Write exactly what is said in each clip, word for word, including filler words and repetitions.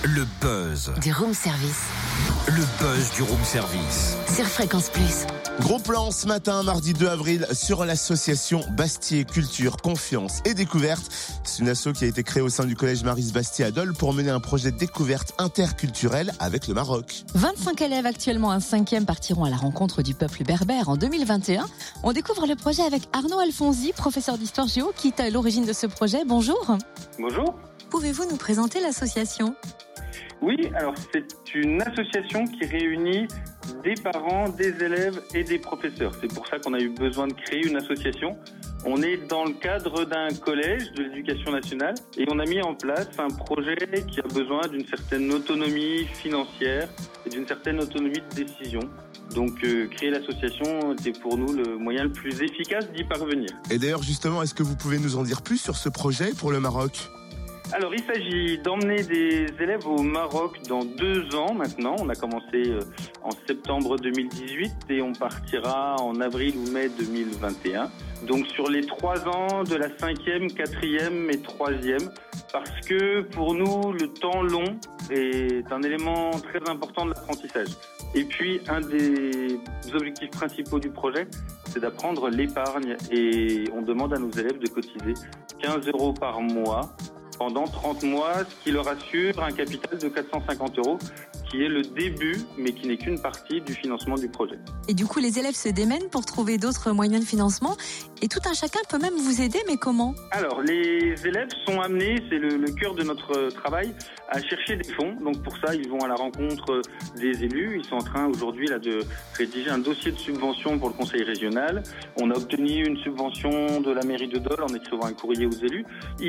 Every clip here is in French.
Le buzz. Du room service. Le buzz du room service. Sur Fréquence Plus. Gros plan ce matin, mardi deux avril, sur l'association Bastier Culture, Confiance et Découverte. C'est une asso qui a été créée au sein du collège Maryse Bastier à Dole pour mener un projet de découverte interculturelle avec le Maroc. vingt-cinq élèves actuellement, un cinquième, partiront à la rencontre du peuple berbère en deux mille vingt et un. On découvre le projet avec Arnaud Alfonsi, professeur d'histoire géo, qui est à l'origine de ce projet. Bonjour. Bonjour. Pouvez-vous nous présenter l'association ? Oui, alors c'est une association qui réunit des parents, des élèves et des professeurs. C'est pour ça qu'on a eu besoin de créer une association. On est dans le cadre d'un collège de l'éducation nationale et on a mis en place un projet qui a besoin d'une certaine autonomie financière et d'une certaine autonomie de décision. Donc euh, créer l'association était pour nous le moyen le plus efficace d'y parvenir. Et d'ailleurs justement, est-ce que vous pouvez nous en dire plus sur ce projet pour le Maroc ? Alors, il s'agit d'emmener des élèves au Maroc dans deux ans maintenant. On a commencé en septembre deux mille dix-huit et on partira en avril ou mai deux mille vingt et un. Donc, sur les trois ans de la cinquième, quatrième et troisième, parce que pour nous, le temps long est un élément très important de l'apprentissage. Et puis, un des objectifs principaux du projet, c'est d'apprendre l'épargne. Et on demande à nos élèves de cotiser quinze euros par mois pendant trente mois, ce qui leur assure un capital de quatre cent cinquante euros, qui est le début, mais qui n'est qu'une partie du financement du projet. Et du coup, les élèves se démènent pour trouver d'autres moyens de financement. Et tout un chacun peut même vous aider, mais comment ? Alors, les élèves sont amenés, c'est le, le cœur de notre travail, à chercher des fonds. Donc pour ça, ils vont à la rencontre des élus. Ils sont en train aujourd'hui là de rédiger un dossier de subvention pour le conseil régional. On a obtenu une subvention de la mairie de Dole en écrivant un courrier aux élus.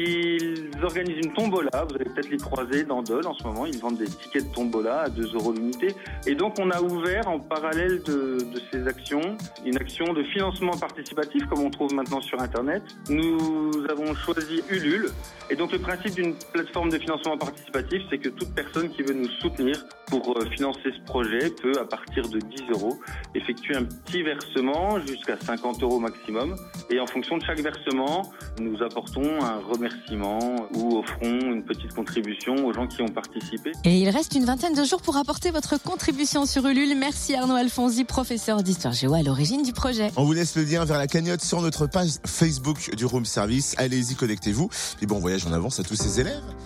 Ils organisent une tombola. Vous allez peut-être les croiser dans Dole en ce moment. Ils vendent des tickets de tombola à deux euros l'unité. Et donc on a ouvert en parallèle de, de ces actions une action de financement participatif comme on trouve maintenant sur Internet. Nous avons choisi Ulule. Et donc le principe d'une plateforme de financement participatif, c'est que toute personne qui veut nous soutenir pour financer ce projet peut, à partir de dix euros, effectuer un petit versement jusqu'à cinquante euros maximum. Et en fonction de chaque versement, nous apportons un remerciement ou offrons une petite contribution aux gens qui ont participé. Et il reste une vingtaine de jours pour apporter votre contribution sur Ulule. Merci Arnaud Alfonsi, professeur d'histoire géo à l'origine du projet. On vous laisse le lien vers la cagnotte sur notre page Facebook du Room Service. Allez-y, connectez-vous. Et bon voyage en avance à tous ces élèves.